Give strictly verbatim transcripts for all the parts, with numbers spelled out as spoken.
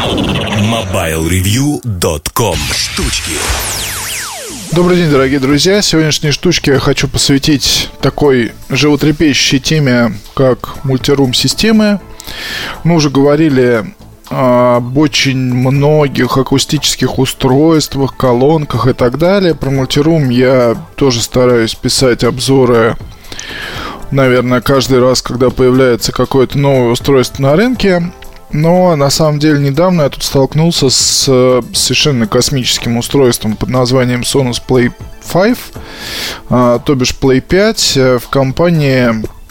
мобайл ревью точка ком. Штучки. Добрый день, дорогие друзья. Сегодняшние штучки я хочу посвятить такой животрепещущей теме, как мультирум-системы. Мы уже говорили об очень многих акустических устройствах, колонках и так далее. Про мультирум я тоже стараюсь писать обзоры, наверное, каждый раз, когда появляется какое-то новое устройство на рынке. Но на самом деле недавно я тут столкнулся с совершенно космическим устройством под названием Sonos Play пять, а, то бишь Play пять, в компании,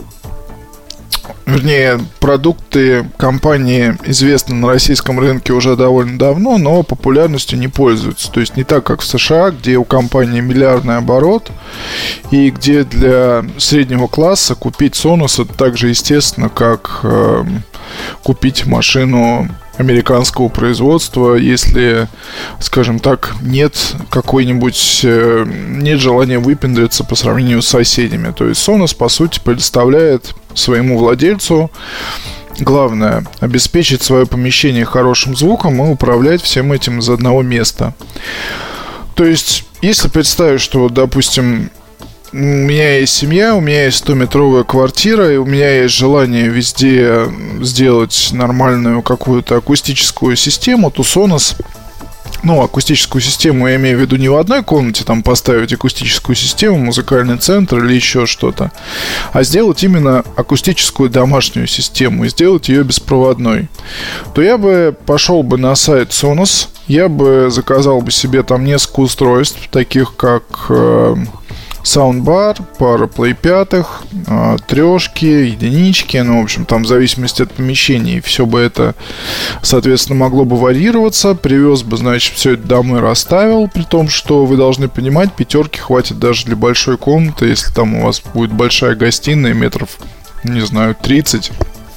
вернее, продукты компании известны на российском рынке уже довольно давно, но популярностью не пользуются. То есть не так, как в США, где у компании миллиардный оборот, и где для среднего класса купить Sonos это так же естественно, как э, купить машину американского производства, если, скажем так, нет какой-нибудь э, нет желания выпендриться по сравнению с соседями. То есть Sonos, по сути, предоставляет своему владельцу главное — обеспечить свое помещение хорошим звуком и управлять всем этим из одного места. То есть, если представить, что, допустим, у меня есть семья, у меня есть стометровая квартира, и у меня есть желание везде сделать нормальную какую-то акустическую систему, то Sonos, ну, акустическую систему я имею в виду не в одной комнате, там поставить акустическую систему, музыкальный центр или еще что-то, а сделать именно акустическую домашнюю систему и сделать ее беспроводной, то я бы пошел бы на сайт Sonos, я бы заказал бы себе там несколько устройств, таких как э, саундбар, пара Play пять, э, трешки, единички, ну, в общем, там в зависимости от помещений все бы это, соответственно, могло бы варьироваться. Привез бы, значит, все это домой, расставил, при том, что вы должны понимать, пятерки хватит даже для большой комнаты, если там у вас будет большая гостиная, метров, не знаю, тридцать.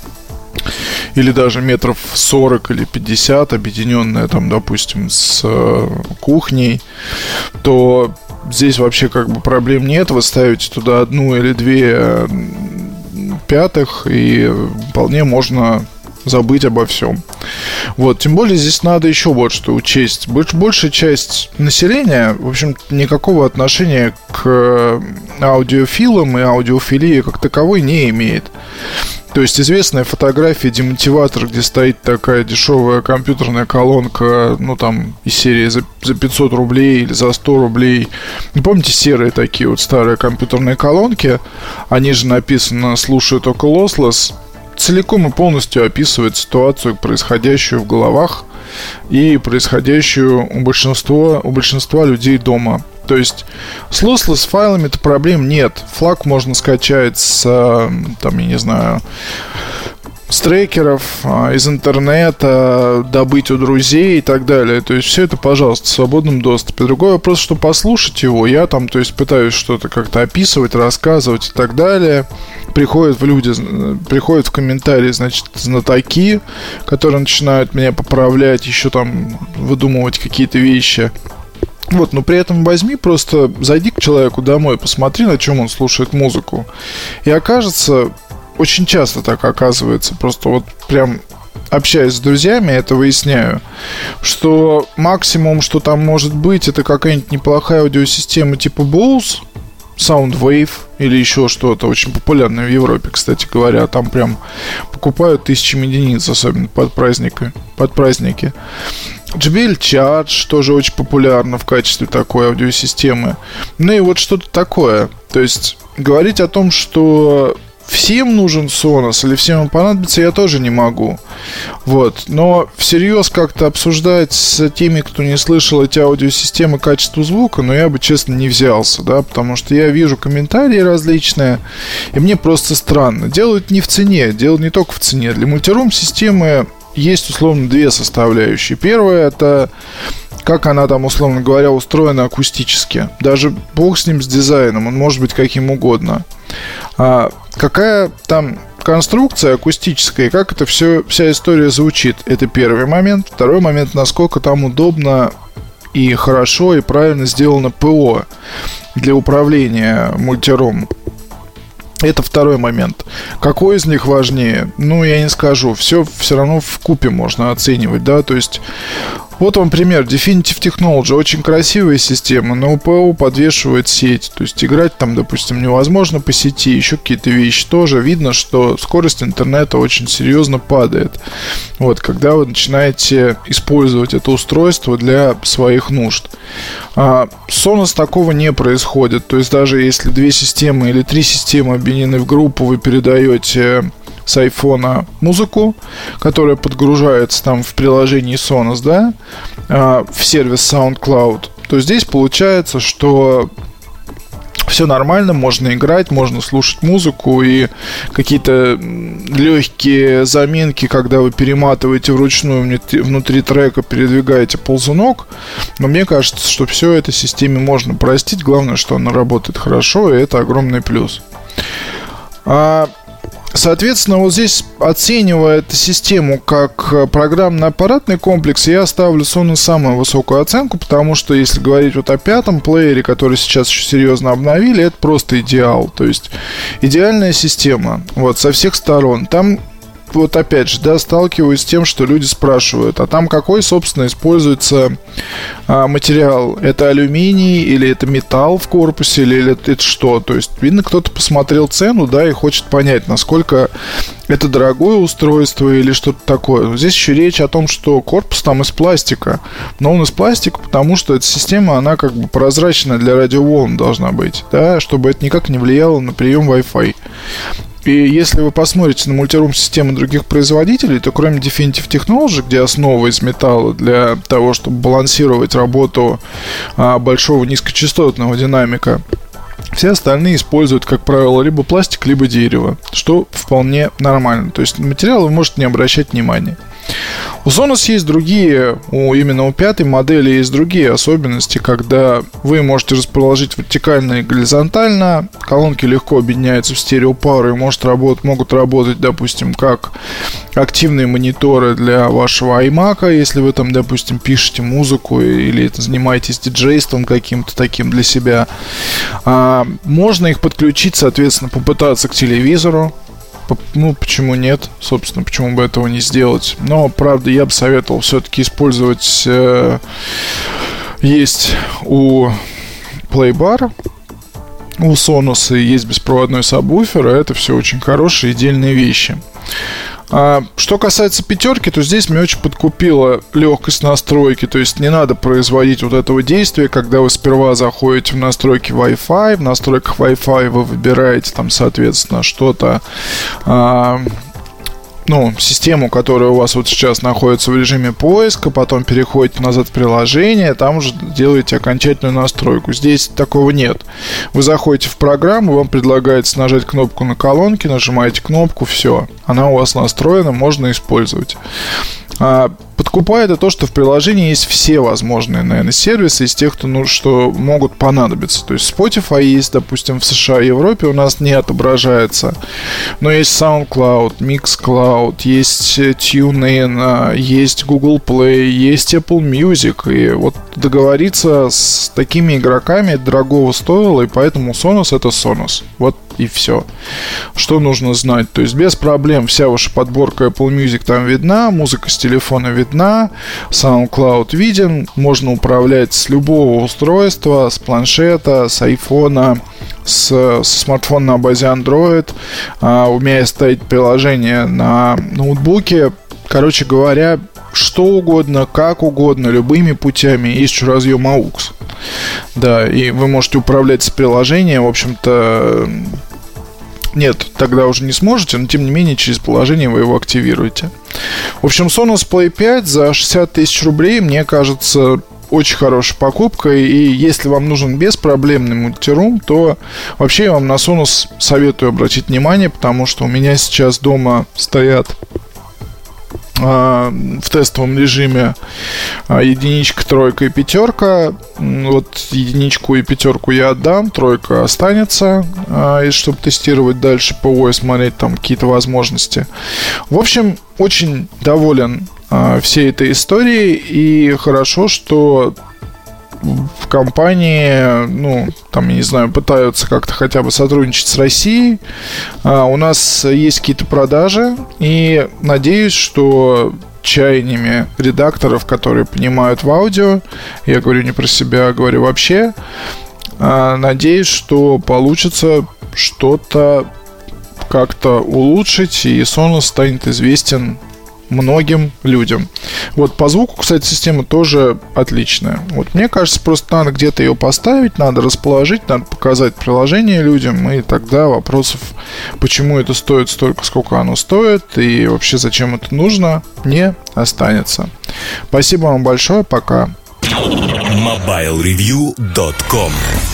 Или даже метров сорок или пятьдесят, объединенная там, допустим, с э, кухней, то здесь вообще как бы проблем нет. Вы ставите туда одну или две пятых, и вполне можно забыть обо всем. Вот, тем более здесь надо еще вот что учесть. Большая часть населения, в общем, никакого отношения к аудиофилам и аудиофилии как таковой не имеет. То есть известная фотография демотиватора, где стоит такая дешевая компьютерная колонка, ну там из серии за, за пятьсот рублей или за сто рублей. Не помните, серые такие вот старые компьютерные колонки? Они же написано «слушаю только lossless». Целиком и полностью описывает ситуацию, происходящую в головах и происходящую у большинства, у большинства людей дома. То есть с lossless файлами-то проблем нет. Флаг можно скачать с, там, я не знаю, с трекеров, из интернета, добыть у друзей и так далее. То есть все это, пожалуйста, в свободном доступе. Другой вопрос, что послушать его, я там, то есть, пытаюсь что-то как-то описывать, рассказывать и так далее. Приходят в люди, приходят в комментарии, значит, знатоки, которые начинают меня поправлять, еще там выдумывать какие-то вещи. Вот, но при этом возьми, просто зайди к человеку домой, посмотри, на чем он слушает музыку. И окажется, очень часто так оказывается, просто вот прям общаясь с друзьями, это выясняю, что максимум, что там может быть, это какая-нибудь неплохая аудиосистема типа Bose, Soundwave или еще что-то, очень популярное в Европе, кстати говоря. Там прям покупают тысячами единиц, особенно под праздники, под праздники. джей би эл Charge тоже очень популярно в качестве такой аудиосистемы. Ну и вот что-то такое. То есть говорить о том, что всем нужен Sonos или всем он понадобится, я тоже не могу. Вот. Но всерьез как-то обсуждать с теми, кто не слышал эти аудиосистемы, качество звука, но я бы, честно, не взялся, да, потому что я вижу комментарии различные, и мне просто странно. Дело не в цене, дело не только в цене. Для мультирум-системы есть, условно, две составляющие. Первая — это как она там, условно говоря, устроена акустически. Даже бог с ним, с дизайном, он может быть каким угодно. А какая там конструкция акустическая и как это все, вся история звучит. Это первый момент. Второй момент, насколько там удобно и хорошо и правильно сделано ПО для управления мультирум. Это второй момент. Какой из них важнее? Ну, я не скажу. Все все равно вкупе можно оценивать, да, то есть... Вот вам пример. Definitive Technology. Очень красивая система. На ОПО подвешивает сеть. То есть играть там, допустим, невозможно по сети. Еще какие-то вещи тоже. Видно, что скорость интернета очень серьезно падает. Вот, когда вы начинаете использовать это устройство для своих нужд. А Sonos такого не происходит. То есть даже если две системы или три системы объединены в группу, вы передаете с айфона музыку, которая подгружается там в приложении Sonos, да, в сервис SoundCloud, то здесь получается, что все нормально, можно играть, можно слушать музыку, и какие-то легкие заминки, когда вы перематываете вручную внутри трека, передвигаете ползунок. Но мне кажется, что все это системе можно простить. Главное, что она работает хорошо, и это огромный плюс. А Соответственно, вот здесь, оценивая эту систему как программно-аппаратный комплекс, я ставлю Sonos самую высокую оценку, потому что, если говорить вот о пятом плеере, который сейчас еще серьезно обновили, это просто идеал. То есть, идеальная система, вот, со всех сторон. Там, вот опять же, да, сталкиваюсь с тем, что люди спрашивают, а там какой, собственно, используется а, материал? Это алюминий, или это металл в корпусе, или это, это что? То есть, видно, кто-то посмотрел цену, да, и хочет понять, насколько это дорогое устройство или что-то такое. Здесь еще речь о том, что корпус там из пластика. Но он из пластика, потому что эта система, она как бы прозрачная для радиоволн должна быть, да, чтобы это никак не влияло на прием Wi-Fi. И если вы посмотрите на мультирум-системы других производителей, то кроме Definitive Technology, где основа из металла для того, чтобы балансировать работу а, большого низкочастотного динамика, все остальные используют, как правило, либо пластик, либо дерево, что вполне нормально. То есть на материал вы можете не обращать внимания. У Sonos есть другие, у, именно у пятой модели есть другие особенности, когда вы можете расположить вертикально и горизонтально, колонки легко объединяются в стереопару и может работать, могут работать, допустим, как активные мониторы для вашего iMac, если вы там, допустим, пишете музыку или занимаетесь диджейством каким-то таким для себя. А, можно их подключить, соответственно, попытаться к телевизору. Ну, почему нет? Собственно, почему бы этого не сделать? Но, правда, я бы советовал все-таки использовать... Э, есть у Playbar, у Sonos есть беспроводной сабвуфер, а это все очень хорошие и дельные вещи. А, что касается пятерки, то здесь меня очень подкупила легкость настройки. То есть не надо производить вот этого действия, когда вы сперва заходите в настройки Wi-Fi. В настройках Wi-Fi вы выбираете там, соответственно, что-то... А, ну, систему, которая у вас вот сейчас находится в режиме поиска, потом переходите назад в приложение, там уже делаете окончательную настройку. Здесь такого нет. Вы заходите в программу, вам предлагается нажать кнопку на колонке, нажимаете кнопку, все. Она у вас настроена, можно использовать. А, подкупает это то, что в приложении есть все возможные, наверное, сервисы из тех, кто, ну, что могут понадобиться. То есть Spotify есть, допустим, в США и Европе у нас не отображается. Но есть SoundCloud, MixCloud, есть TuneIn, есть Google Play, есть Apple Music. И вот договориться с такими игроками дорогого стоило, и поэтому Sonos это Sonos. Вот и все. Что нужно знать? То есть без проблем вся ваша подборка Apple Music там видна, музыка с телефона видна, SoundCloud виден, можно управлять с любого устройства, с планшета, с айфона, с, с смартфона на базе Android. А, у меня есть стоит приложение на ноутбуке. Короче говоря, что угодно, как угодно, любыми путями. Есть еще разъем эй ю экс. Да, и вы можете управлять с приложением, в общем-то... Нет, тогда уже не сможете, но тем не менее через приложение вы его активируете. В общем, Sonos Play пять за шестьдесят тысяч рублей, мне кажется, очень хорошая покупка. И если вам нужен беспроблемный мультирум, то вообще я вам на Sonos советую обратить внимание, потому что у меня сейчас дома стоят в тестовом режиме единичка, тройка и пятерка. Вот единичку и пятерку я отдам, тройка останется, чтобы тестировать дальше ПО и смотреть там какие-то возможности. В общем, очень доволен всей этой историей. И хорошо, что в компании, ну, там, я не знаю, пытаются как-то хотя бы сотрудничать с Россией. А, у нас есть какие-то продажи, и надеюсь, что чаяниями редакторов, которые понимают в аудио, я говорю не про себя, а говорю вообще, а, надеюсь, что получится что-то как-то улучшить, и Sonos станет известен многим людям. Вот по звуку, кстати, система тоже отличная. Вот мне кажется, просто надо где-то ее поставить, надо расположить, надо показать приложение людям, и тогда вопросов, почему это стоит столько, сколько оно стоит, и вообще зачем это нужно, не останется. Спасибо вам большое, пока. мобайл ревью точка ком